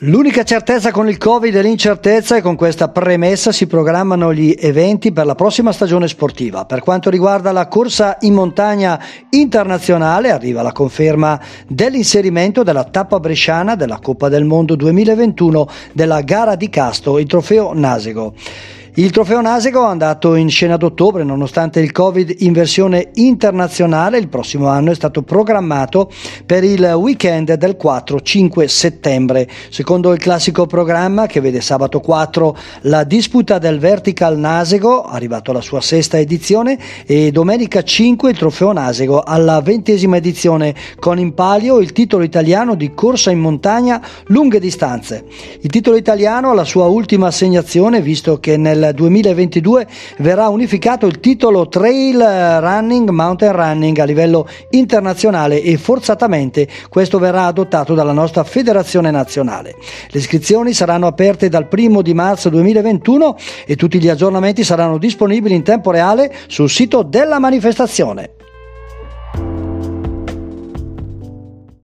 L'unica certezza con il Covid è l'incertezza, e con questa premessa si programmano gli eventi per la prossima stagione sportiva. Per quanto riguarda la corsa in montagna internazionale, arriva la conferma dell'inserimento della tappa bresciana della Coppa del Mondo 2021 della gara di Casto, il Trofeo Nasego. Il Trofeo Nasego è andato in scena ad ottobre, nonostante il Covid in versione internazionale. Il prossimo anno è stato programmato per il weekend del 4-5 settembre. Secondo il classico programma, che vede sabato 4 la disputa del Vertical Nasego, arrivato alla sua sesta edizione, e domenica 5 il Trofeo Nasego alla 20ª edizione, con in palio il titolo italiano di corsa in montagna lunghe distanze. Il titolo italiano ha la sua ultima assegnazione, visto che nel 2022 verrà unificato il titolo Trail Running, Mountain Running a livello internazionale, e forzatamente questo verrà adottato dalla nostra federazione nazionale. Le iscrizioni saranno aperte dal 1 di marzo 2021 e tutti gli aggiornamenti saranno disponibili in tempo reale sul sito della manifestazione.